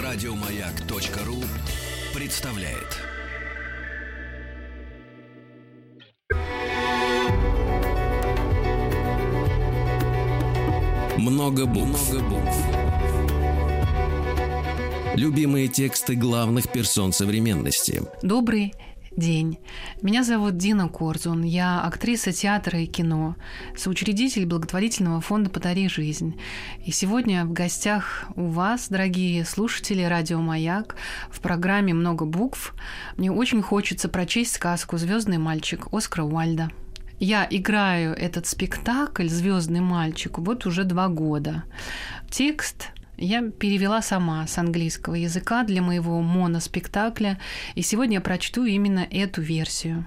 Радиомаяк.ру представляет. Много букв. Любимые тексты главных персон современности. Добрый день. Меня зовут Дина Корзун. Я актриса театра и кино, соучредитель благотворительного фонда «Подари жизнь». И сегодня в гостях у вас, дорогие слушатели «Радио Маяк», в программе «Много букв». Мне очень хочется прочесть сказку «Звездный мальчик» Оскара Уайльда. Я играю этот спектакль «Звездный мальчик» вот уже 2 года. Текст я перевела сама с английского языка для моего моноспектакля, и сегодня я прочту именно эту версию.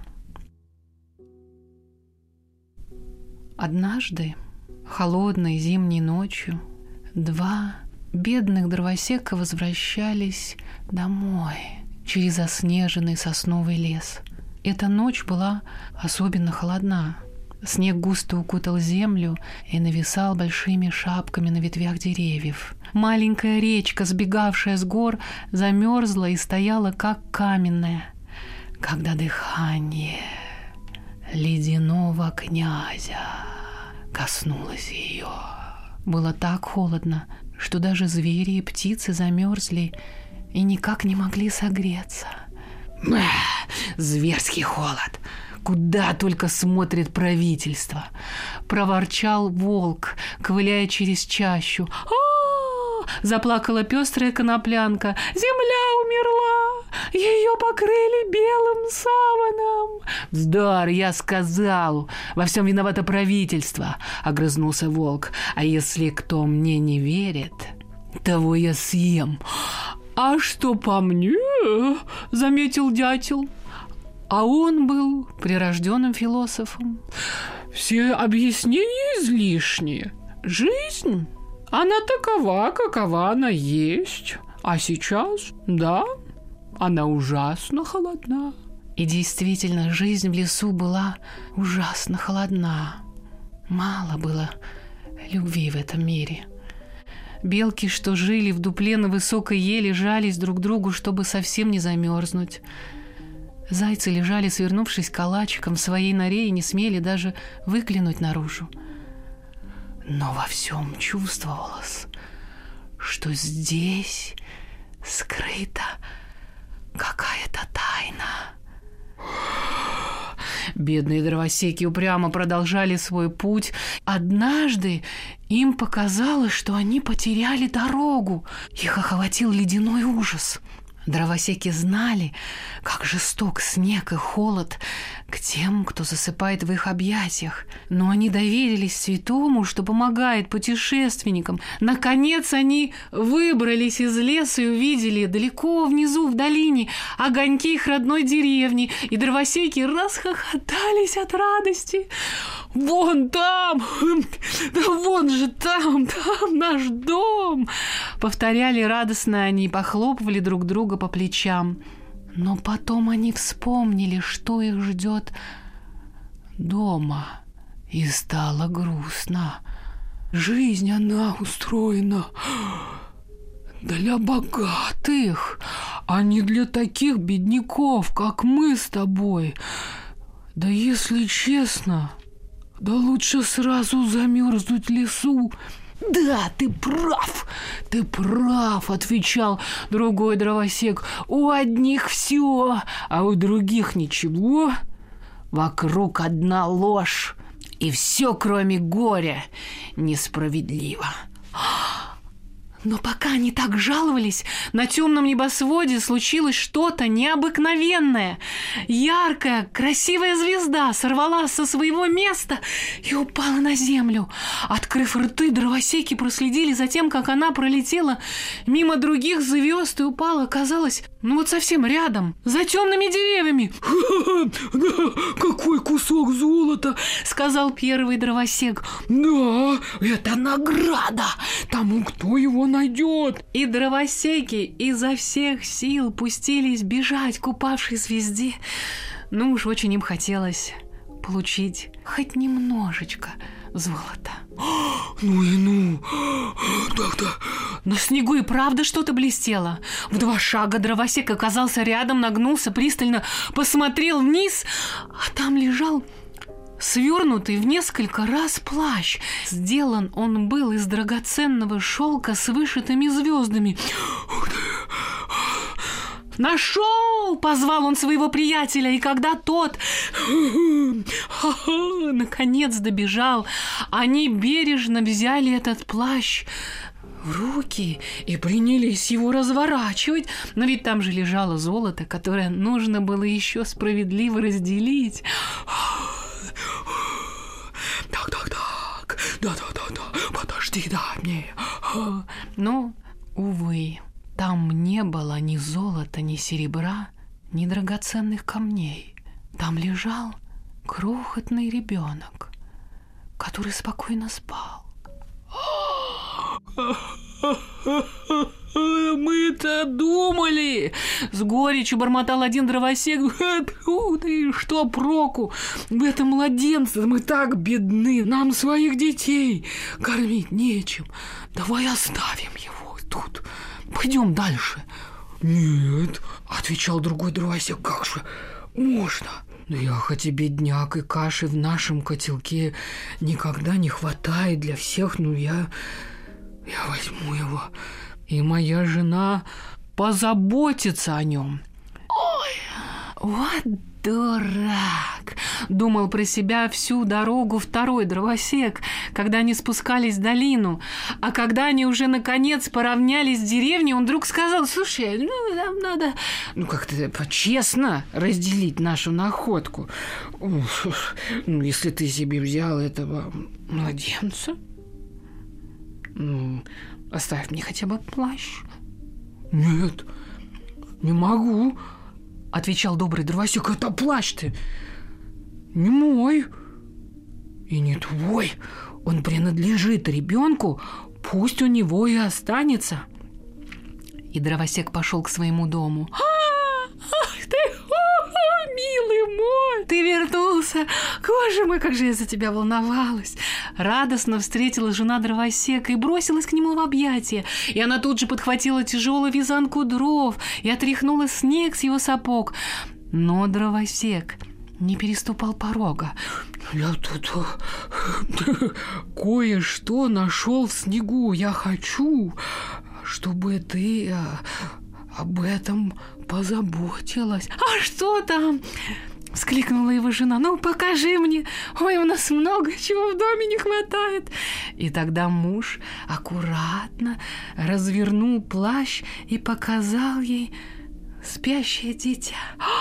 Однажды, холодной зимней ночью, 2 бедных дровосека возвращались домой через заснеженный сосновый лес. Эта ночь была особенно холодна. Снег густо укутал землю и нависал большими шапками на ветвях деревьев. Маленькая речка, сбегавшая с гор, замерзла и стояла, как каменная, когда дыхание ледяного князя коснулось ее. Было так холодно, что даже звери и птицы замерзли и никак не могли согреться. «Зверский холод! Куда только смотрит правительство!» — проворчал волк, ковыляя через чащу. Заплакала пестрая коноплянка. «Земля умерла! Ее покрыли белым саваном!» «Вздор, я сказал! Во всем виновато правительство!» — огрызнулся волк. «А если кто мне не верит, того я съем!» «А что по мне?» — заметил дятел. А он был прирожденным философом. «Все объяснения излишние. Жизнь, она такова, какова она есть. А сейчас, да, она ужасно холодна». И действительно, жизнь в лесу была ужасно холодна. Мало было любви в этом мире. Белки, что жили в дупле на высокой еле, жались друг к другу, чтобы совсем не замерзнуть. Зайцы лежали, свернувшись калачиком в своей норе, и не смели даже выглянуть наружу. Но во всем чувствовалось, что здесь скрыта какая-то тайна. Бедные дровосеки упрямо продолжали свой путь. Однажды им показалось, что они потеряли дорогу. Их охватил ледяной ужас. Дровосеки знали, как жесток снег и холод к тем, кто засыпает в их объятиях. Но они доверились святому, что помогает путешественникам. Наконец они выбрались из леса и увидели далеко внизу в долине огоньки их родной деревни. И дровосеки расхохотались от радости. «Вон там! Да вон же там наш дом!» Повторяли радостно они и похлопывали друг друга по плечам. Но потом они вспомнили, что их ждет дома, и стало грустно. Жизнь, она устроена для богатых, а не для таких бедняков, как мы с тобой. Да если честно, да лучше сразу замерзнуть в лесу. «Да, ты прав, — отвечал другой дровосек. «У одних все, а у других ничего. Вокруг одна ложь, и все, кроме горя, несправедливо». Но пока они так жаловались, на темном небосводе случилось что-то необыкновенное. Яркая, красивая звезда сорвалась со своего места и упала на землю. Открыв рты, дровосеки проследили за тем, как она пролетела мимо других звезд и упала, оказалось, вот совсем рядом, за темными деревьями. «Какой кусок золота!» — сказал первый дровосек. «Да, это награда тому, кто его найдет!» И дровосеки изо всех сил пустились бежать к упавшей звезде. Ну уж очень им хотелось получить хоть немножечко золота. «Ну и ну! На снегу и правда что-то блестело. В 2 шага дровосек оказался рядом, нагнулся, пристально посмотрел вниз, а там лежал свернутый в несколько раз плащ. Сделан он был из драгоценного шелка с вышитыми звездами. «Нашел!» – позвал он своего приятеля, и когда тот наконец добежал, они бережно взяли этот плащ в руки и принялись его разворачивать. Но ведь там же лежало золото, которое нужно было еще справедливо разделить. Так, да, подожди, дай мне. Но, увы, там не было ни золота, ни серебра, ни драгоценных камней. Там лежал крохотный ребенок, который спокойно спал. Мы-то думали! С горечью бормотал один дровосек. И что проку? В этом младенце мы так бедны. Нам своих детей кормить нечем. Давай оставим его тут. Пойдем дальше. Нет, отвечал другой дровосек. Как же можно? Да я хоть и бедняк, и каши в нашем котелке никогда не хватает для всех, но я возьму его, и моя жена позаботится о нем. Ой, вот дурак! Думал про себя всю дорогу второй дровосек, когда они спускались в долину. А когда они уже наконец поравнялись с деревней, он вдруг сказал: слушай, нам надо как-то честно разделить нашу находку. Если ты себе взял этого младенца, оставь мне хотя бы плащ. Нет, не могу, отвечал добрый дровосек. Это плащ-то не мой и не твой. Он принадлежит ребенку, пусть у него и останется. И дровосек пошел к своему дому. Ах ты, милый мой, ты вернулся. Боже мой, как же я за тебя волновалась. Радостно встретила жена дровосека и бросилась к нему в объятия. И она тут же подхватила тяжелую вязанку дров и отряхнула снег с его сапог. Но дровосек не переступал порога. Я тут кое-что нашел в снегу. Я хочу, чтобы ты об этом позаботилась. А что там? Вскликнула его жена. Ну, покажи мне. Ой, у нас много чего в доме не хватает. И тогда муж аккуратно развернул плащ и показал ей спящее дитя.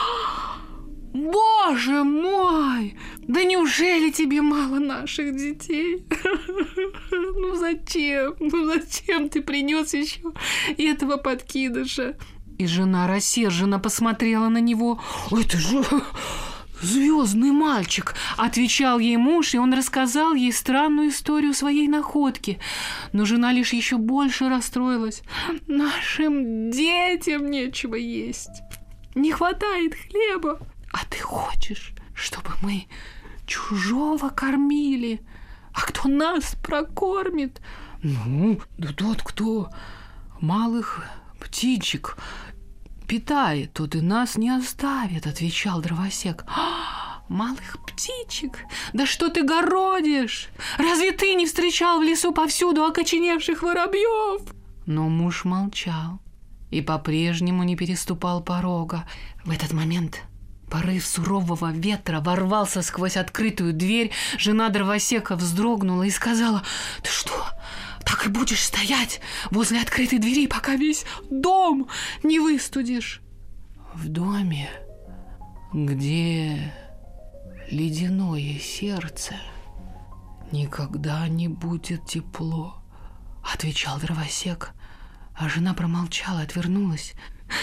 Боже мой! Да неужели тебе мало наших детей? Ну зачем ты принес еще этого подкидыша? И жена рассерженно посмотрела на него. Это же звездный мальчик, отвечал ей муж, и он рассказал ей странную историю своей находки. Но жена лишь еще больше расстроилась. Нашим детям нечего есть. Не хватает хлеба. А ты хочешь, чтобы мы чужого кормили? А кто нас прокормит? Ну, да тот, кто малых птичек питает, тот и нас не оставит, отвечал дровосек. Малых птичек? Да что ты городишь? Разве ты не встречал в лесу повсюду окоченевших воробьев? Но муж молчал и по-прежнему не переступал порога. В этот момент порыв сурового ветра ворвался сквозь открытую дверь. Жена дровосека вздрогнула и сказала: ты что, так и будешь стоять возле открытой двери, пока весь дом не выстудишь? В доме, где ледяное сердце, никогда не будет тепло, отвечал дровосек. А жена промолчала, отвернулась.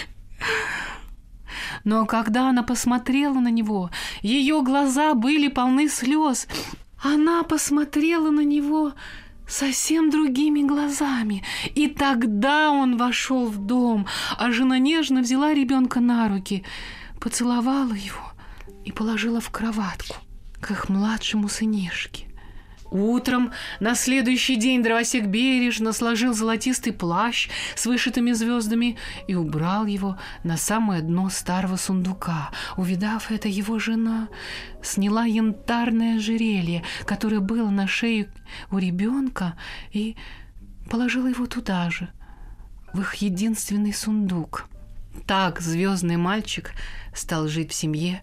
Но когда она посмотрела на него, ее глаза были полны слез. Она посмотрела на него совсем другими глазами. И тогда он вошел в дом, а жена нежно взяла ребенка на руки, поцеловала его и положила в кроватку к их младшему сынишке. Утром на следующий день дровосек бережно сложил золотистый плащ с вышитыми звездами и убрал его на самое дно старого сундука. Увидав это, его жена сняла янтарное ожерелье, которое было на шее у ребенка, и положила его туда же, в их единственный сундук. Так звездный мальчик стал жить в семье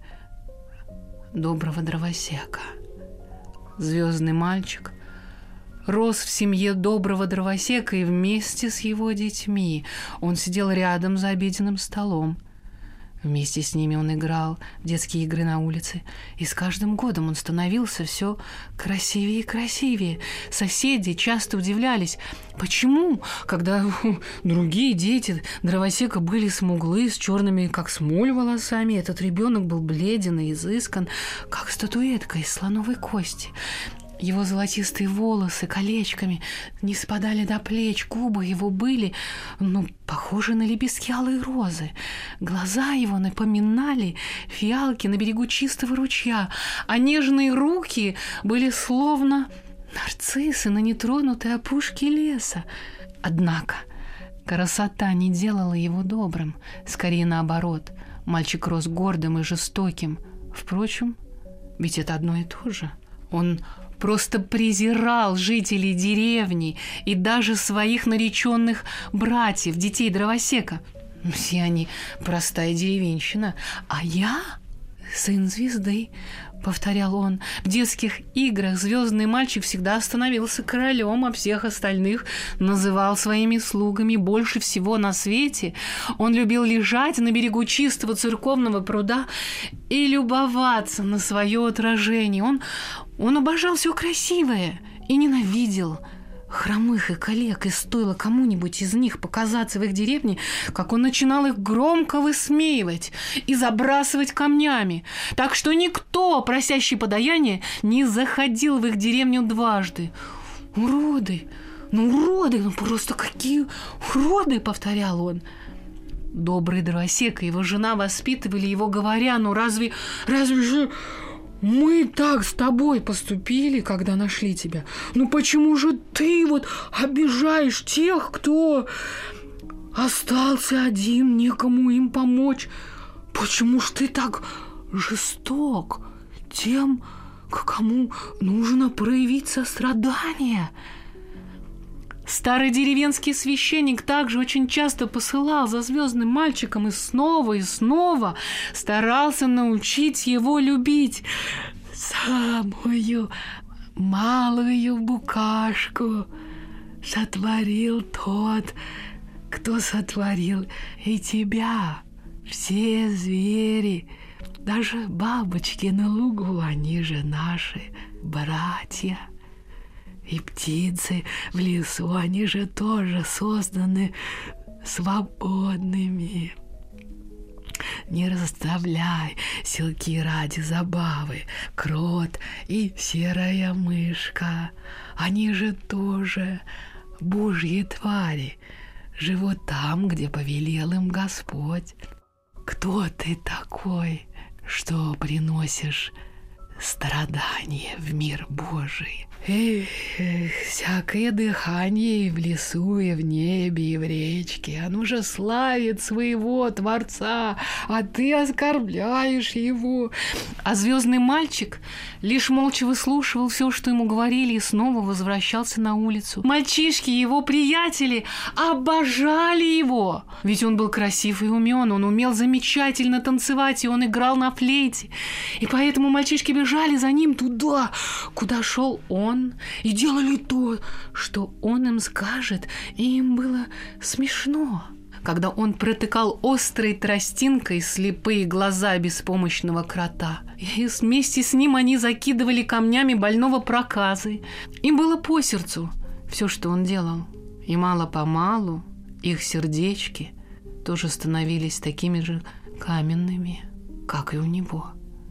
доброго дровосека. Звездный мальчик рос в семье доброго дровосека, и вместе с его детьми он сидел рядом за обеденным столом. Вместе с ними он играл в детские игры на улице, и с каждым годом он становился все красивее и красивее. Соседи часто удивлялись, почему, когда другие дети дровосека были смуглы, с черными, как смоль, волосами, этот ребенок был бледен и изыскан, как статуэтка из слоновой кости. Его золотистые волосы колечками не спадали до плеч, губы его были, похожи на лепестки алой розы. Глаза его напоминали фиалки на берегу чистого ручья, а нежные руки были словно нарциссы на нетронутой опушке леса. Однако красота не делала его добрым, скорее наоборот. Мальчик рос гордым и жестоким. Впрочем, ведь это одно и то же. Он просто презирал жителей деревни и даже своих нареченных братьев, детей дровосека. Все они простая деревенщина, а я сын звезды, повторял он. В детских играх звездный мальчик всегда становился королем, а всех остальных называл своими слугами. Больше всего на свете он любил лежать на берегу чистого церковного пруда и любоваться на свое отражение. Он обожал все красивое и ненавидел хромых и коллег, и стоило кому-нибудь из них показаться в их деревне, как он начинал их громко высмеивать и забрасывать камнями, так что никто, просящий подаяние, не заходил в их деревню дважды. «Уроды! Уроды! Просто какие уроды!» — повторял он. Добрый дровосек и его жена воспитывали его, говоря: разве же мы так с тобой поступили, когда нашли тебя? Почему же ты обижаешь тех, кто остался один, некому им помочь? Почему ж ты так жесток тем, кому нужно проявить сострадание? Старый деревенский священник также очень часто посылал за звездным мальчиком и снова старался научить его любить самую малую букашку. Сотворил тот, кто сотворил и тебя. Все звери, даже бабочки на лугу, они же наши братья. И птицы в лесу, они же тоже созданы свободными. Не расставляй селки ради забавы. Крот и серая мышка, они же тоже божьи твари, живут там, где повелел им Господь. Кто ты такой, что приносишь страдания в мир Божий? Всякое дыхание и в лесу, и в небе, и в речке, оно же славит своего Творца, а ты оскорбляешь его. А звездный мальчик лишь молча выслушивал все, что ему говорили, и снова возвращался на улицу. Мальчишки, его приятели, обожали его, ведь он был красив и умен, он умел замечательно танцевать, и он играл на флейте. И поэтому мальчишки бежали за ним туда, куда шел он, и делали то, что он им скажет, и им было смешно. Когда он протыкал острой тростинкой слепые глаза беспомощного крота, и вместе с ним они закидывали камнями больного проказы. Им было по сердцу все, что он делал, и мало-помалу их сердечки тоже становились такими же каменными, как и у него.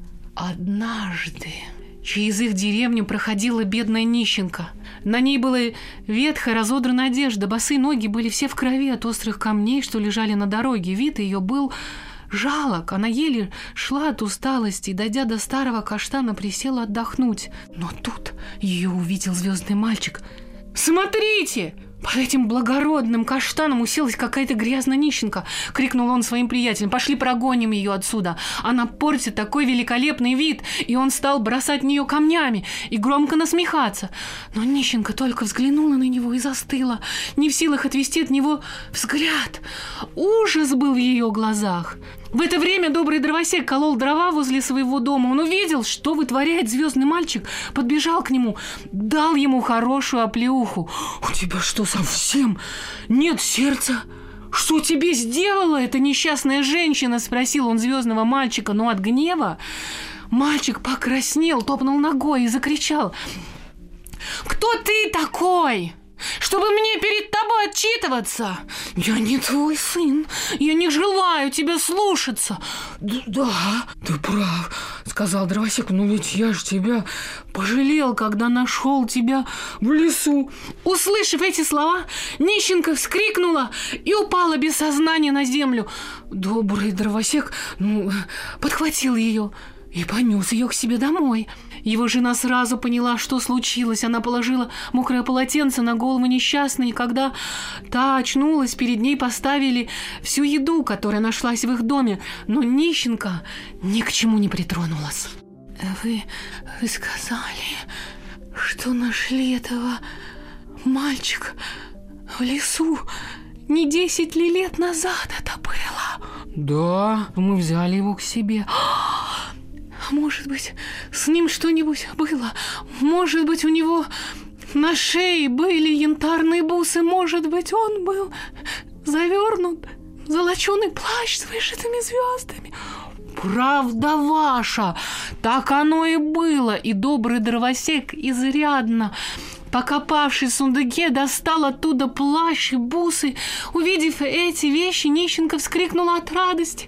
Однажды через их деревню проходила бедная нищенка. На ней была ветхая разодранная одежда, босые ноги были все в крови от острых камней, что лежали на дороге. Вид ее был жалок. Она еле шла от усталости и, дойдя до старого каштана, присела отдохнуть. Но тут ее увидел звездный мальчик. «Смотрите! Под этим благородным каштаном уселась какая-то грязная нищенка!» — крикнул он своим приятелям. «Пошли прогоним ее отсюда! Она портит такой великолепный вид!» И он стал бросать в нее камнями и громко насмехаться. Но нищенка только взглянула на него и застыла, не в силах отвести от него взгляд. Ужас был в ее глазах. В это время добрый дровосек колол дрова возле своего дома. Он увидел, что вытворяет звездный мальчик, подбежал к нему, дал ему хорошую оплеуху. «У тебя что, совсем нет сердца? Что тебе сделала эта несчастная женщина?» — спросил он звездного мальчика. Но от гнева мальчик покраснел, топнул ногой и закричал: «Кто ты такой, чтобы мне перед тобой отчитываться? Я не твой сын, я не желаю тебя слушаться». «Да, ты прав», — сказал дровосек, «но ведь я ж тебя пожалел, когда нашел тебя в лесу». Услышав эти слова, нищенка вскрикнула и упала без сознания на землю. Добрый дровосек подхватил ее и понес ее к себе домой. Его жена сразу поняла, что случилось. Она положила мокрое полотенце на голову несчастной, и когда та очнулась, перед ней поставили всю еду, которая нашлась в их доме. Но нищенка ни к чему не притронулась. Вы сказали, что нашли этого мальчика в лесу. Не 10 ли лет назад это было? Да, мы взяли его к себе. Может быть, с ним что-нибудь было? Может быть, у него на шее были янтарные бусы? Может быть, он был завернут в золоченый плащ с вышитыми звездами? Правда ваша, так оно и было. И добрый дровосек, изрядно покопавшись в сундуке, достал оттуда плащ и бусы. Увидев эти вещи, нищенка вскрикнула от радости: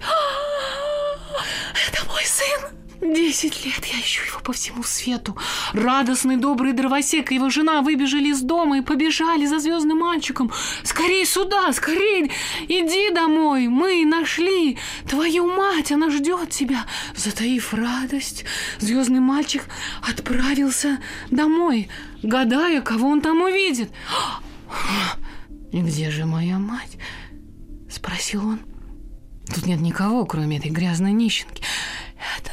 «Это мой сын! 10 лет я ищу его по всему свету». Радостный добрый дровосек и его жена выбежали из дома и побежали за звездным мальчиком. «Скорей сюда, скорей! Иди домой! Мы нашли твою мать, она ждет тебя!» Затаив радость, звездный мальчик отправился домой, гадая, кого он там увидит. «И где же моя мать?» — спросил он. «Тут нет никого, кроме этой грязной нищенки». «Это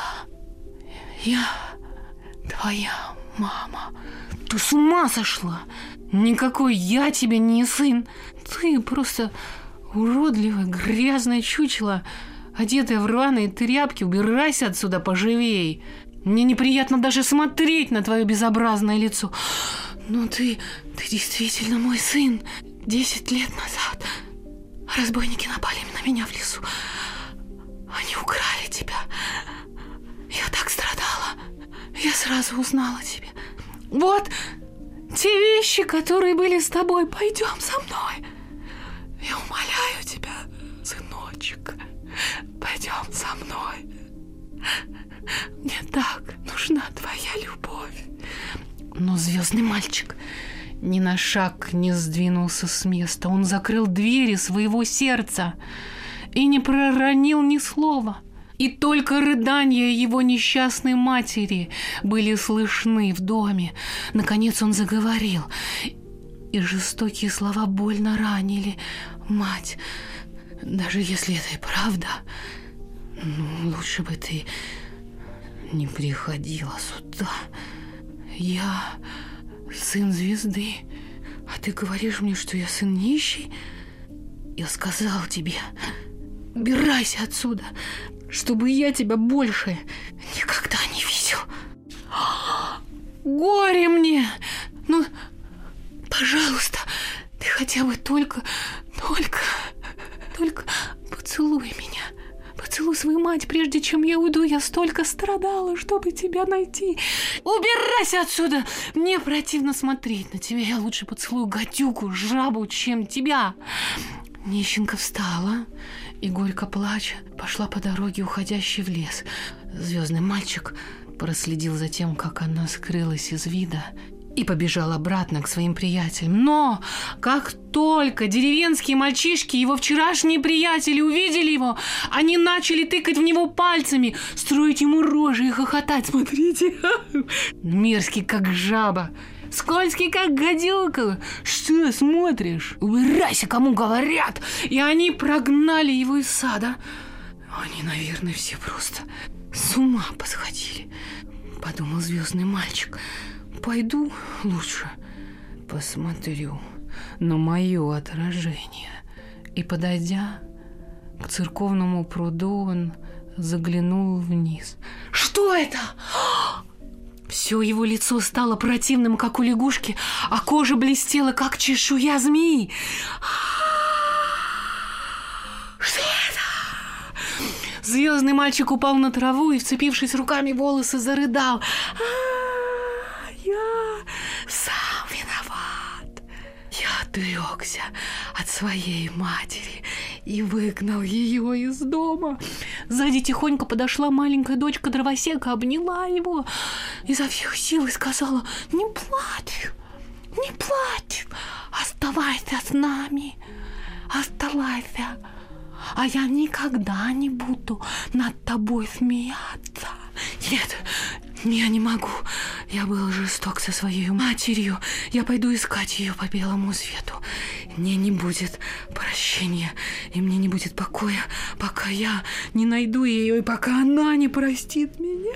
я твоя мама». «Ты с ума сошла? Никакой я тебе не сын. Ты просто уродливое грязное чучело, одетая в рваные тряпки. Убирайся отсюда поживей. Мне неприятно даже смотреть на твое безобразное лицо». «Но ты действительно мой сын. 10 лет назад разбойники напали на меня в лесу. Они украли тебя. Я так страдала. Я сразу узнала тебя. Вот те вещи, которые были с тобой. Пойдем со мной. Я умоляю тебя, сыночек. Пойдем со мной. Мне так нужна твоя любовь». Но звездный мальчик ни на шаг не сдвинулся с места. Он закрыл двери своего сердца и не проронил ни слова. И только рыдания его несчастной матери были слышны в доме. Наконец он заговорил, и жестокие слова больно ранили мать. «Даже если это и правда, лучше бы ты не приходила сюда. Я сын звезды, а ты говоришь мне, что я сын нищий? Я сказал тебе, убирайся отсюда, чтобы я тебя больше никогда не видел. Горе мне! Ну, пожалуйста, ты хотя бы только поцелуй меня. Поцелуй свою мать, прежде чем я уйду. Я столько страдала, чтобы тебя найти. Убирайся отсюда! Мне противно смотреть на тебя. Я лучше поцелую гадюку, жабу, чем тебя». Нищенка встала и, горько плача, пошла по дороге, уходящей в лес. Звездный мальчик проследил за тем, как она скрылась из вида, и побежал обратно к своим приятелям. Но как только деревенские мальчишки, его вчерашние приятели, увидели его, они начали тыкать в него пальцами, строить ему рожи и хохотать. Смотрите, мерзкий, как жаба, скользкий, как гадюка. Что смотришь? Убирайся, кому говорят. И они прогнали его из сада. Они, наверное, все просто с ума посходили, подумал звездный мальчик. Пойду лучше посмотрю на мое отражение. И, подойдя к церковному пруду, он заглянул вниз. Что это? Все его лицо стало противным, как у лягушки, а кожа блестела, как чешуя змеи. Что это? Звездный мальчик упал на траву и, вцепившись руками в волосы, зарыдал. Я сам виноват. Я отрекся от своей матери и выгнал ее из дома. Сзади тихонько подошла маленькая дочка дровосека, обняла его изо всех сил и сказала: не плачь, не плачь, оставайся с нами, оставайся, а я никогда не буду над тобой смеяться. Нет, я не могу. Я был жесток со своей матерью. Я пойду искать ее по белому свету. Мне не будет прощения, и мне не будет покоя, пока я не найду ее, и пока она не простит меня.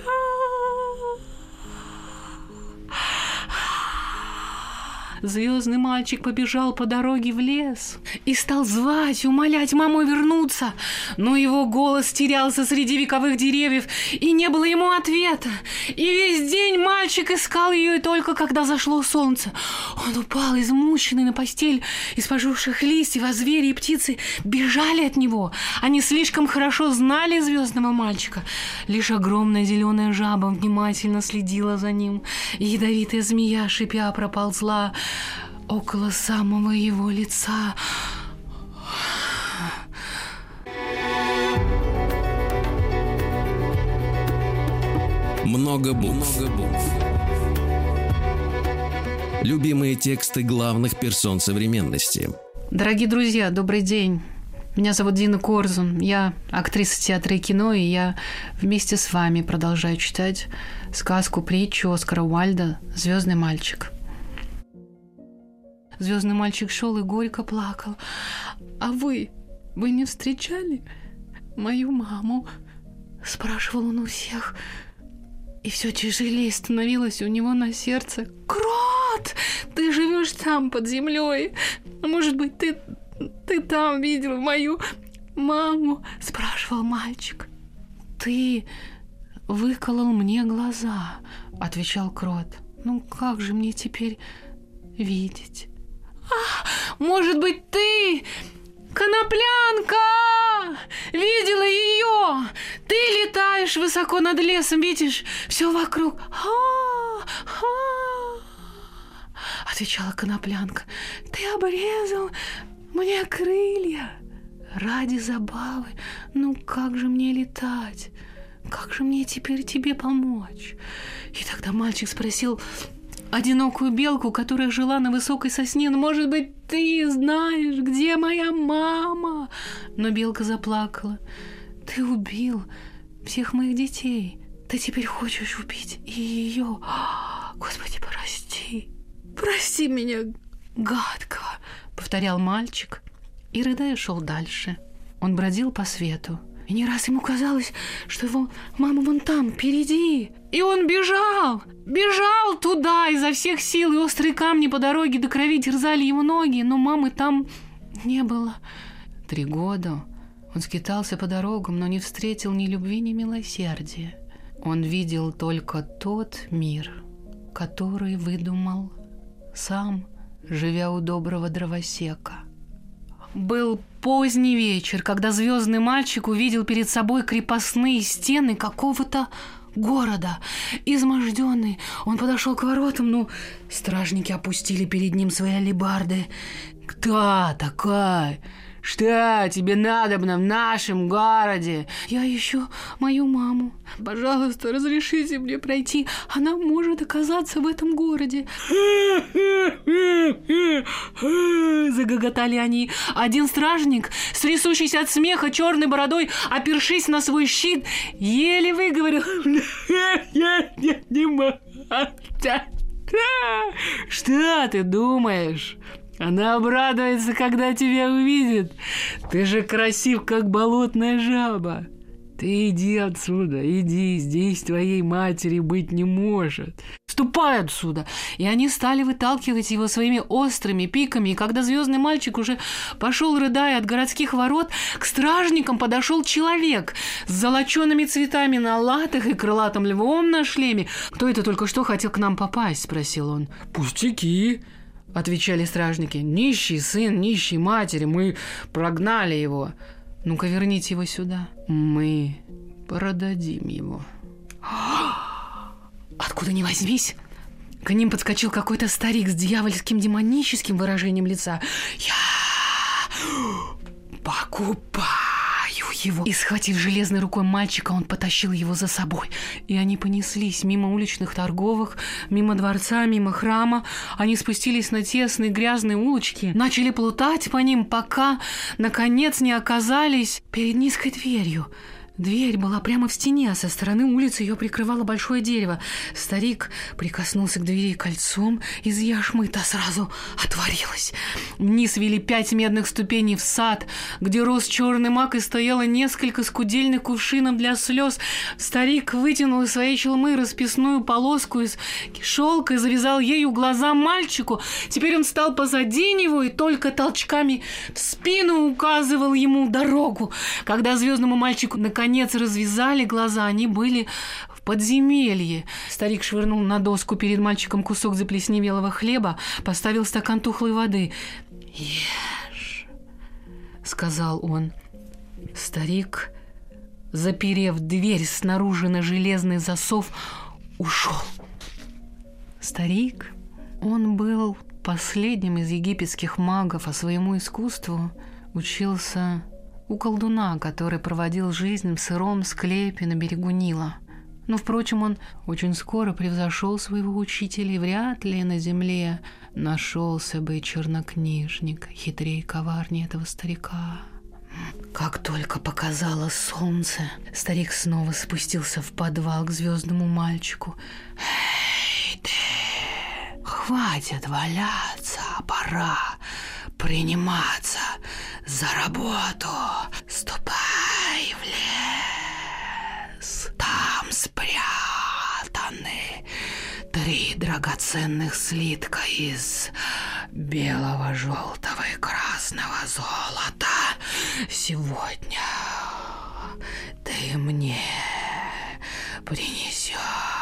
Звездный мальчик побежал по дороге в лес и стал звать, умолять маму вернуться. Но его голос терялся среди вековых деревьев, и не было ему ответа. И весь день мальчик искал ее, и только когда зашло солнце, он упал измученный на постель из пожухших листьев, а звери и птицы бежали от него. Они слишком хорошо знали звездного мальчика. Лишь огромная зеленая жаба внимательно следила за ним, и ядовитая змея, шипя, проползла около самого его лица. Много букв. Любимые тексты главных персон современности. Дорогие друзья, добрый день. Меня зовут Дина Корзун. Я актриса театра и кино, и я вместе с вами продолжаю читать сказку-притчу Оскара Уайльда «Звездный мальчик». Звездный мальчик шел и горько плакал. «А вы не встречали мою маму?» — спрашивал он у всех. И все тяжелее становилось у него на сердце. «Крот, ты живешь там, под землей. Может быть, ты там видел мою маму?» — спрашивал мальчик. «Ты выколол мне глаза», — отвечал Крот. «Ну как же мне теперь видеть?» «Может быть, ты, Коноплянка, видела ее? Ты летаешь высоко над лесом, видишь все вокруг». Отвечала Коноплянка. «Ты обрезал мне крылья ради забавы. Ну как же мне летать? Как же мне теперь тебе помочь?» И тогда мальчик спросил одинокую белку, которая жила на высокой сосне: «Ну, может быть, ты знаешь, где моя мама?» Но белка заплакала. «Ты убил всех моих детей. Ты теперь хочешь убить и ее. Господи, прости. Прости меня, гадкого», — повторял мальчик. И, рыдая, шел дальше. Он бродил по свету. И не раз ему казалось, что его мама вон там, впереди. И он бежал туда изо всех сил, и острые камни по дороге до крови терзали его ноги, но мамы там не было. 3 года он скитался по дорогам, но не встретил ни любви, ни милосердия. Он видел только тот мир, который выдумал сам, живя у доброго дровосека. Был поздний вечер, когда звездный мальчик увидел перед собой крепостные стены какого-то города. Изможденный, он подошел к воротам, но стражники опустили перед ним свои алебарды. «Кто такой? Что тебе надобно в нашем городе? Я ищу мою маму. Пожалуйста, разрешите мне пройти. Она может оказаться в этом городе. Загоготали они. Один стражник, с трясущейся от смеха черной бородой, опершись на свой щит, еле выговорил: я не могу. Что ты думаешь? Она обрадуется, когда тебя увидит. Ты же красив, как болотная жаба. Ты иди отсюда, иди, здесь твоей матери быть не может. Ступай отсюда. И они стали выталкивать его своими острыми пиками, и когда звездный мальчик уже пошел, рыдая, от городских ворот, к стражникам подошел человек с золочеными цветами на латах и крылатым львом на шлеме. «Кто это только что хотел к нам попасть?» – спросил он. «Пустяки», – отвечали стражники. «Нищий сын нищей матери, мы прогнали его. Ну-ка, верните его сюда. Мы продадим его». Откуда ни возьмись, к ним подскочил какой-то старик с дьявольским демоническим выражением лица. «Я покупаю его!» И, схватив железной рукой мальчика, он потащил его за собой. И они понеслись мимо уличных торговых, мимо дворца, мимо храма. Они спустились на тесные грязные улочки, начали плутать по ним, пока, наконец, не оказались перед низкой дверью. Дверь была прямо в стене, а со стороны улицы ее прикрывало большое дерево. Старик прикоснулся к двери кольцом из яшмы, та сразу отворилась. Вниз вели 5 медных ступеней в сад, где рос черный мак и стояло несколько скудельных кувшинов для слез. Старик вытянул из своей челмы расписную полоску из шелка и завязал ею глаза мальчику. Теперь он стал позади него и только толчками в спину указывал ему дорогу. Когда звездному мальчику наконец развязали глаза, они были в подземелье. Старик швырнул на доску перед мальчиком кусок заплесневелого хлеба, поставил стакан тухлой воды. «Ешь», — сказал он. Старик, заперев дверь снаружи на железный засов, ушел. Старик, он был последним из египетских магов, а своему искусству учился у колдуна, который проводил жизнь в сыром склепе на берегу Нила. Но, впрочем, он очень скоро превзошел своего учителя, и вряд ли на земле нашелся бы чернокнижник хитрее и коварнее этого старика. Как только показалось солнце, старик снова спустился в подвал к звездному мальчику. «Эй, ты! Хватит валяться, пора приниматься за работу. Ступай в лес. Там спрятаны 3 драгоценных слитка из белого, желтого и красного золота. Сегодня ты мне принесешь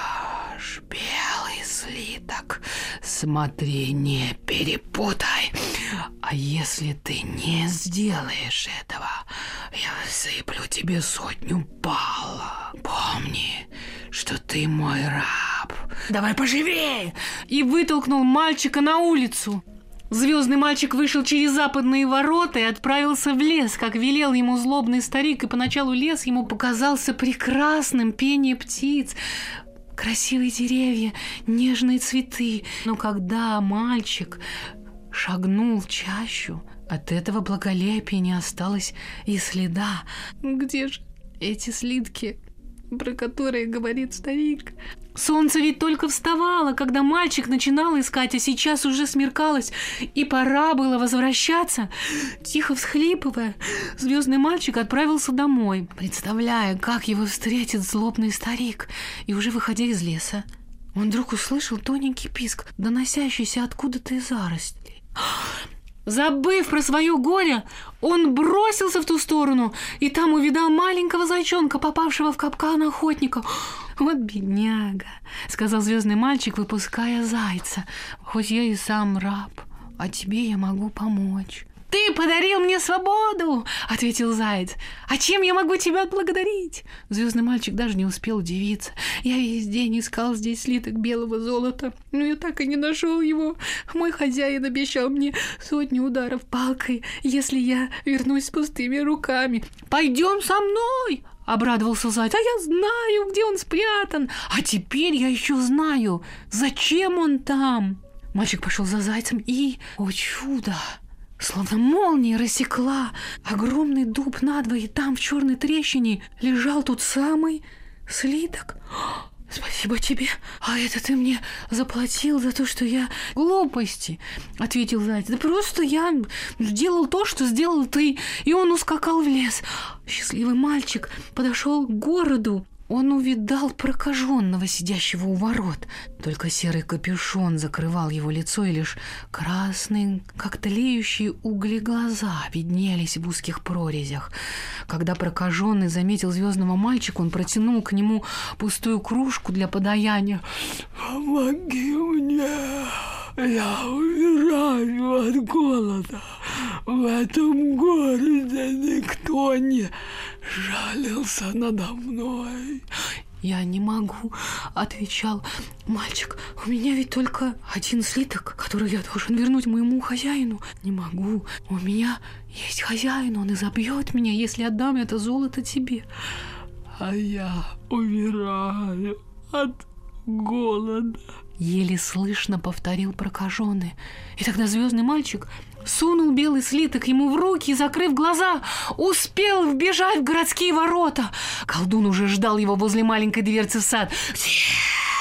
белый слиток. Смотри, не перепутай. А если ты не сделаешь этого, я всыплю тебе 100 баллов. Помни, что ты мой раб. Давай поживее!» И вытолкнул мальчика на улицу. Звездный мальчик вышел через западные ворота и отправился в лес, как велел ему злобный старик. И поначалу лес ему показался прекрасным, пение птиц, красивые деревья, нежные цветы. Но когда мальчик шагнул в чащу, от этого благолепия не осталось и следа. Где же эти слитки, про которые говорит старик? Солнце ведь только вставало, когда мальчик начинал искать, а сейчас уже смеркалось, и пора было возвращаться. Тихо всхлипывая, звездный мальчик отправился домой, представляя, как его встретит злобный старик. И уже выходя из леса, он вдруг услышал тоненький писк, доносящийся откуда-то из зарослей. Забыв про свое горе, он бросился в ту сторону и там увидал маленького зайчонка, попавшего в капкан охотника. «Вот бедняга», — сказал звездный мальчик, выпуская зайца. «Хоть я и сам раб, а тебе я могу помочь. «Ты подарил мне свободу!» — ответил заяц. «А чем я могу тебя отблагодарить?» Звездный мальчик даже не успел удивиться. «Я весь день искал здесь слиток белого золота, но я так и не нашел его. Мой хозяин обещал мне 100 ударов палкой, если я вернусь с пустыми руками. Пойдем со мной!» — обрадовался заяц. «А я знаю, где он спрятан. А теперь я еще знаю, зачем он там». Мальчик пошел за зайцем и, о чудо, словно молния рассекла огромный дуб надвое, и там в черной трещине лежал тот самый слиток. «Спасибо тебе. А это ты мне заплатил за то, что я...» «Глупости», — ответил заяц. «Да просто я сделал то, что сделал ты». И он ускакал в лес. Счастливый мальчик подошел к городу. Он увидал прокаженного, сидящего у ворот. Только серый капюшон закрывал его лицо, и лишь красные, как тлеющие угли глаза виднелись в узких прорезях. Когда прокаженный заметил звездного мальчика, он протянул к нему пустую кружку для подаяния. «Помоги мне, я умираю от голода. В этом городе никто не жалился надо мной». «Я не могу», — отвечал мальчик. «У меня ведь только один слиток, который я должен вернуть моему хозяину. Не могу. У меня есть хозяин, он изобьет меня, если отдам это золото тебе». «А я умираю от голода», — еле слышно повторил прокаженный. И тогда звездный мальчик сунул белый слиток ему в руки и, закрыв глаза, успел вбежать в городские ворота. Колдун уже ждал его возле маленькой дверцы в сад. «Где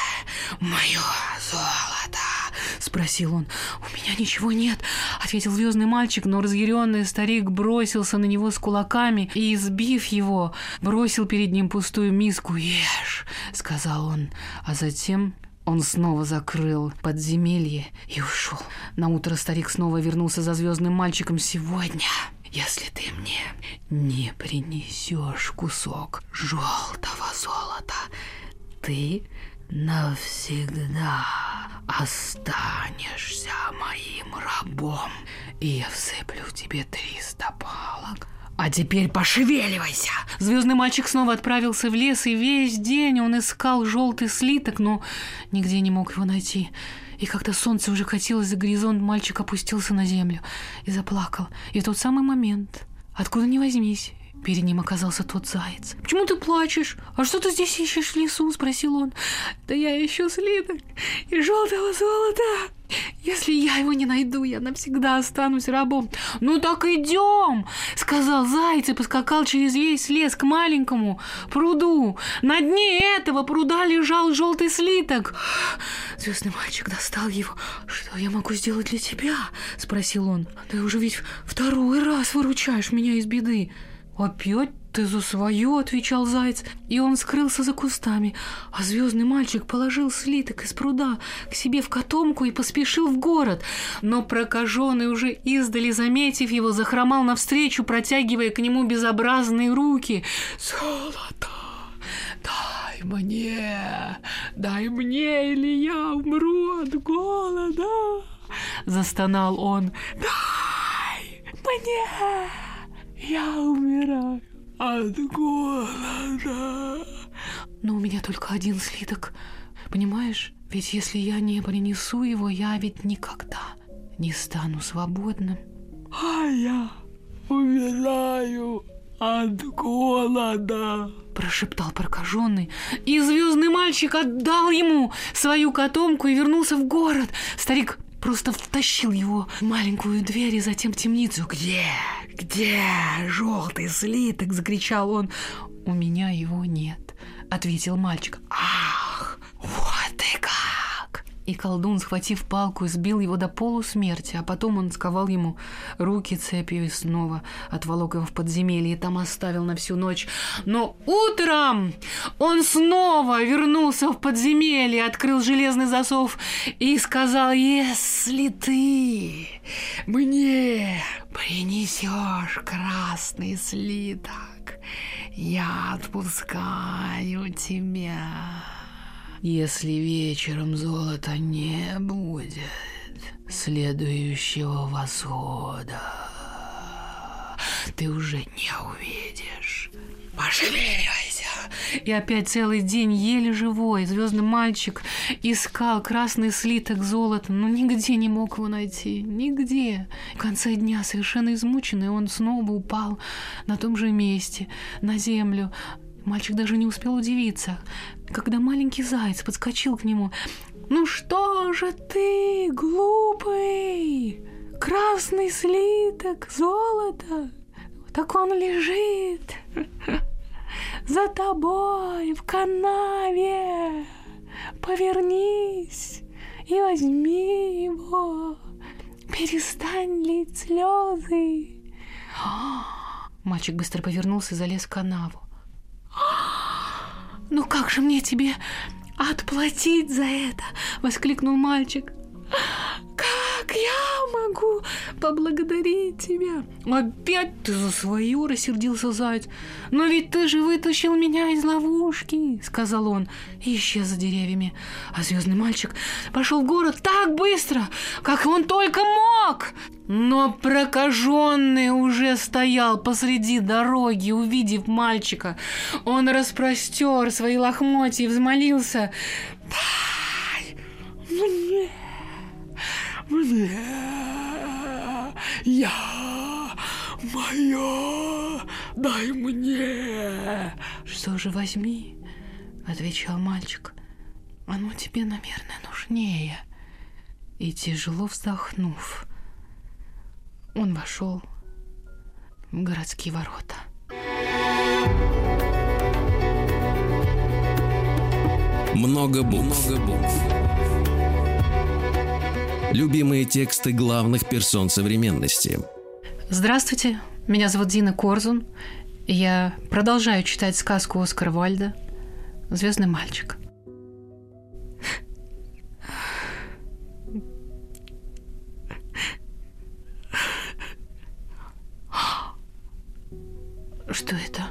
мое золото?» — спросил он. «У меня ничего нет», — ответил звездный мальчик, но разъяренный старик бросился на него с кулаками и, избив его, бросил перед ним пустую миску. «Ешь», — сказал он, а затем он снова закрыл подземелье и ушел. Наутро старик снова вернулся за звездным мальчиком. «Сегодня, если ты мне не принесешь кусок желтого золота, ты навсегда останешься моим рабом, и я всыплю тебе 300 палок. А теперь пошевеливайся!» Звездный мальчик снова отправился в лес, и весь день он искал желтый слиток, но нигде не мог его найти. И когда солнце уже катилось за горизонт, мальчик опустился на землю и заплакал. И в тот самый момент, откуда ни возьмись, перед ним оказался тот заяц. «Почему ты плачешь? А что ты здесь ищешь в лесу?» — спросил он. «Да я ищу слиток и желтого золота. Если я его не найду, я навсегда останусь рабом». «Ну так идем!» — сказал заяц и поскакал через весь лес к маленькому пруду. На дне этого пруда лежал желтый слиток. Звездный мальчик достал его. «Что я могу сделать для тебя?» — спросил он. «Ты уже ведь второй раз выручаешь меня из беды». «Опять ты за свое», — отвечал заяц, и он скрылся за кустами. А звездный мальчик положил слиток из пруда к себе в котомку и поспешил в город. Но прокаженный, уже издали заметив его, захромал навстречу, протягивая к нему безобразные руки. «Золото! Дай мне, или я умру от голода!» — застонал он. «Дай мне! Я умираю от голода!» «Но у меня только один слиток, понимаешь? Ведь если я не принесу его, я ведь никогда не стану свободным». «А я умираю от голода!» — прошептал прокаженный. И звездный мальчик отдал ему свою котомку и вернулся в город. Старик просто втащил его в маленькую дверь и затем в темницу. «Где желтый слиток?» — закричал он. «У меня его нет», — ответил мальчик. «Ах, вот и как!» И колдун, схватив палку, сбил его до полусмерти, а потом он сковал ему руки цепью и снова отволок его в подземелье и там оставил на всю ночь. Но утром он снова вернулся в подземелье, открыл железный засов и сказал: «Если ты мне принесешь красный слиток, я отпускаю тебя. Если вечером золота не будет следующего восхода, ты уже не увидишь. Пошевеливайся. И опять целый день еле живой звездный мальчик искал красный слиток золота, но нигде не мог его найти. Нигде. В конце дня, совершенно измученный, он снова упал на том же месте, на землю. Мальчик даже не успел удивиться, когда маленький заяц подскочил к нему. «Ну что же ты, глупый? Красный слиток золота, так он лежит за тобой в канаве. Повернись и возьми его. Перестань лить слезы». Мальчик быстро повернулся и залез в канаву. «Ну как же мне тебе отплатить за это?» — воскликнул мальчик. «Как я могу поблагодарить тебя?» «Опять ты за свое!» — рассердился заяц. «Но ведь ты же вытащил меня из ловушки!» — сказал он и исчез за деревьями. А звездный мальчик пошел в город так быстро, как он только мог. Но прокаженный уже стоял посреди дороги, увидев мальчика. Он распростер свои лохмотья и взмолился: «Дай мне, мое, дай мне». «Что же, возьми», — отвечал мальчик, — «оно тебе, наверное, нужнее». И тяжело вздохнув, он вошел в городские ворота. Много букв. Любимые тексты главных персон современности. Здравствуйте, меня зовут Дина Корзун. Я продолжаю читать сказку Оскара Вальда «Звездный мальчик». Что это?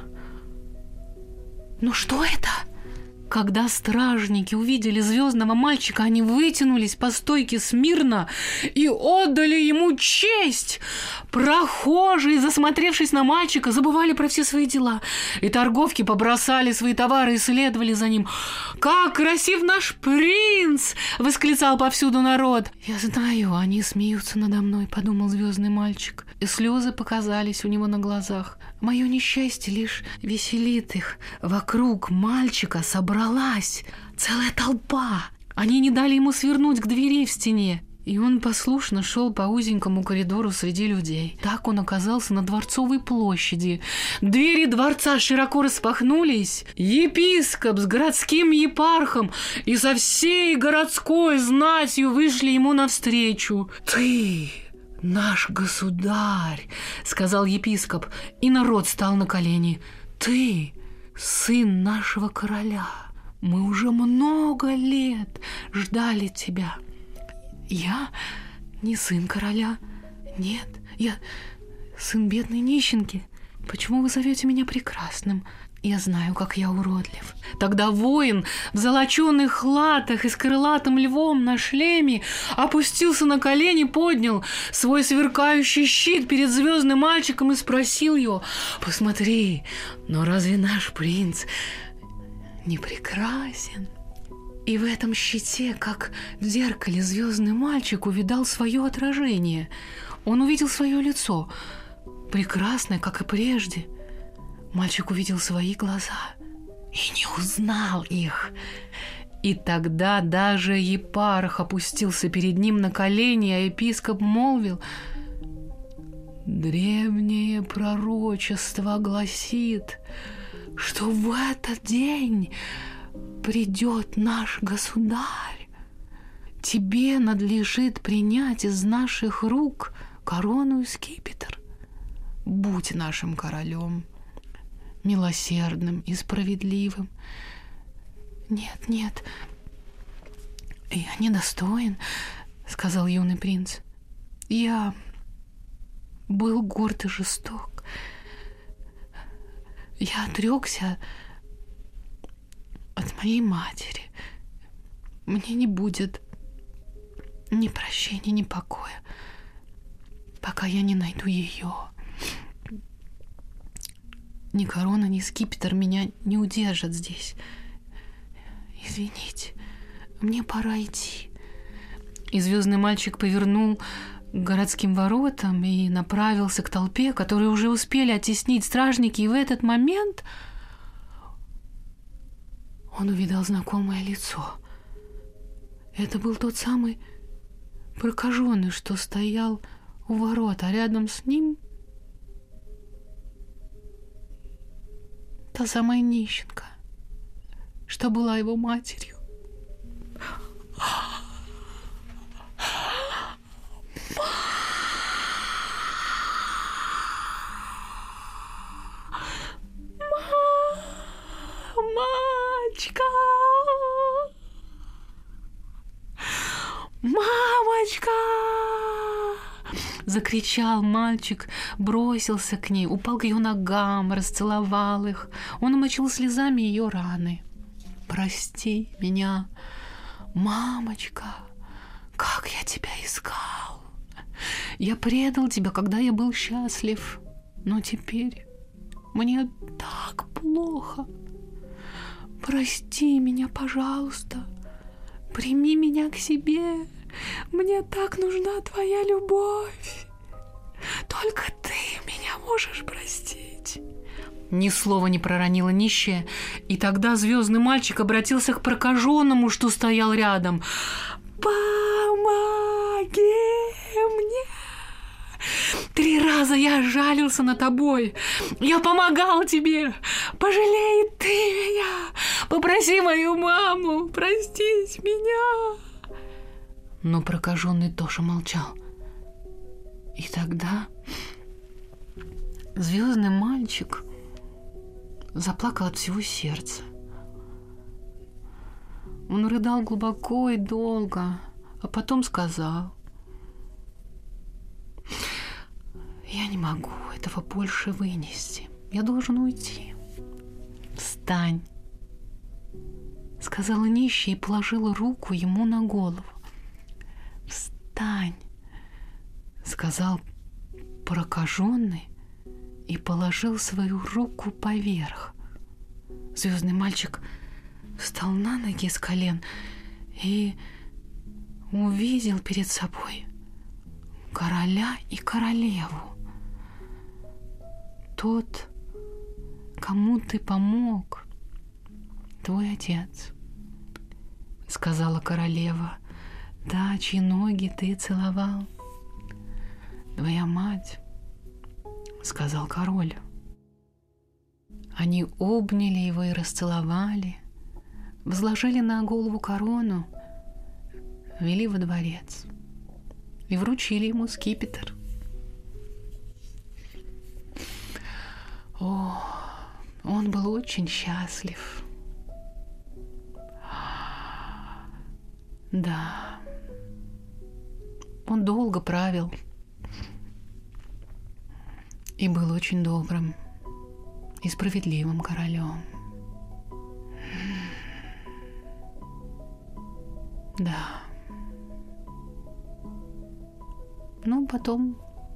Ну что это? Когда стражники увидели звездного мальчика, они вытянулись по стойке смирно и отдали ему честь. Прохожие, засмотревшись на мальчика, забывали про все свои дела. И торговки побросали свои товары и следовали за ним. «Как красив наш принц!» — восклицал повсюду народ. «Я знаю, они смеются надо мной», — подумал звездный мальчик. И слезы показались у него на глазах. Мое несчастье лишь веселит их. Вокруг мальчика собралась целая толпа. Они не дали ему свернуть к двери в стене. И он послушно шел по узенькому коридору среди людей. Так он оказался на Дворцовой площади. Двери дворца широко распахнулись. Епископ с городским епархом и со всей городской знатью вышли ему навстречу. «Ты наш государь», — сказал епископ, и народ стал на колени. «Ты сын нашего короля. Мы уже много лет ждали тебя». «Я не сын короля. Нет, я сын бедной нищенки. Почему вы зовете меня прекрасным? Я знаю, как я уродлив». Тогда воин в золоченых латах и с крылатым львом на шлеме опустился на колени, поднял свой сверкающий щит перед звездным мальчиком и спросил его: «Посмотри, но разве наш принц не прекрасен?» И в этом щите, как в зеркале, звездный мальчик увидал свое отражение. Он увидел свое лицо, прекрасное, как и прежде. Мальчик увидел свои глаза и не узнал их. И тогда даже епарх опустился перед ним на колени, а епископ молвил: «Древнее пророчество гласит, что в этот день придет наш государь. Тебе надлежит принять из наших рук корону и скипетр. Будь нашим королем, милосердным и справедливым». «Нет, нет, я недостоин», — сказал юный принц. «Я был горд и жесток. Я отрекся от моей матери. Мне не будет ни прощения, ни покоя, пока я не найду ее. Ни корона, ни скипетр меня не удержат здесь. Извините, мне пора идти. И звездный мальчик повернул к городским воротам и направился к толпе, которые уже успели оттеснить стражники, и в этот момент он увидел знакомое лицо. Это был тот самый прокаженный, что стоял у ворот, а рядом с ним та самая нищенка, что была его матерью. Мамочка! Мамочка! Закричал мальчик, бросился к ней, упал к ее ногам, расцеловал их. Он омочил слезами ее раны. Прости меня, мамочка, как я тебя искал. Я предал тебя, когда я был счастлив, но теперь мне так плохо. Прости меня, пожалуйста. Прими меня к себе. Мне так нужна твоя любовь. Только ты меня можешь простить. Ни слова не проронила нищая, и тогда звездный мальчик обратился к прокаженному, что стоял рядом. Помоги мне! 3 раза я жалился над тобой. Я помогал тебе. Пожалей ты меня. Попроси мою маму простить меня. Но прокаженный тоже молчал. И тогда звездный мальчик заплакал от всего сердца. Он рыдал глубоко и долго, а потом сказал: я не могу этого больше вынести. Я должен уйти. Встань, сказала нищая и положила руку ему на голову. Встань, сказал прокаженный и положил свою руку поверх. Звездный мальчик встал на ноги с колен и увидел перед собой короля и королеву. Тот, кому ты помог, твой отец, сказала королева. Та, чьи ноги ты целовал, твоя мать, сказал король. Они обняли его и расцеловали, возложили на голову корону, вели во дворец и вручили ему скипетр. О, он был очень счастлив. Да, он долго правил и был очень добрым и справедливым королем. Да. Но потом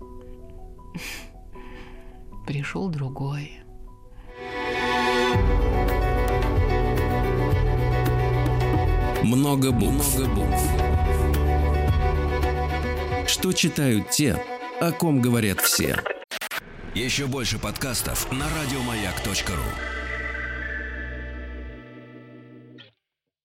пришел другой. Много букв. Что читают те, о ком говорят все. Еще больше подкастов на радиомаяк.ру.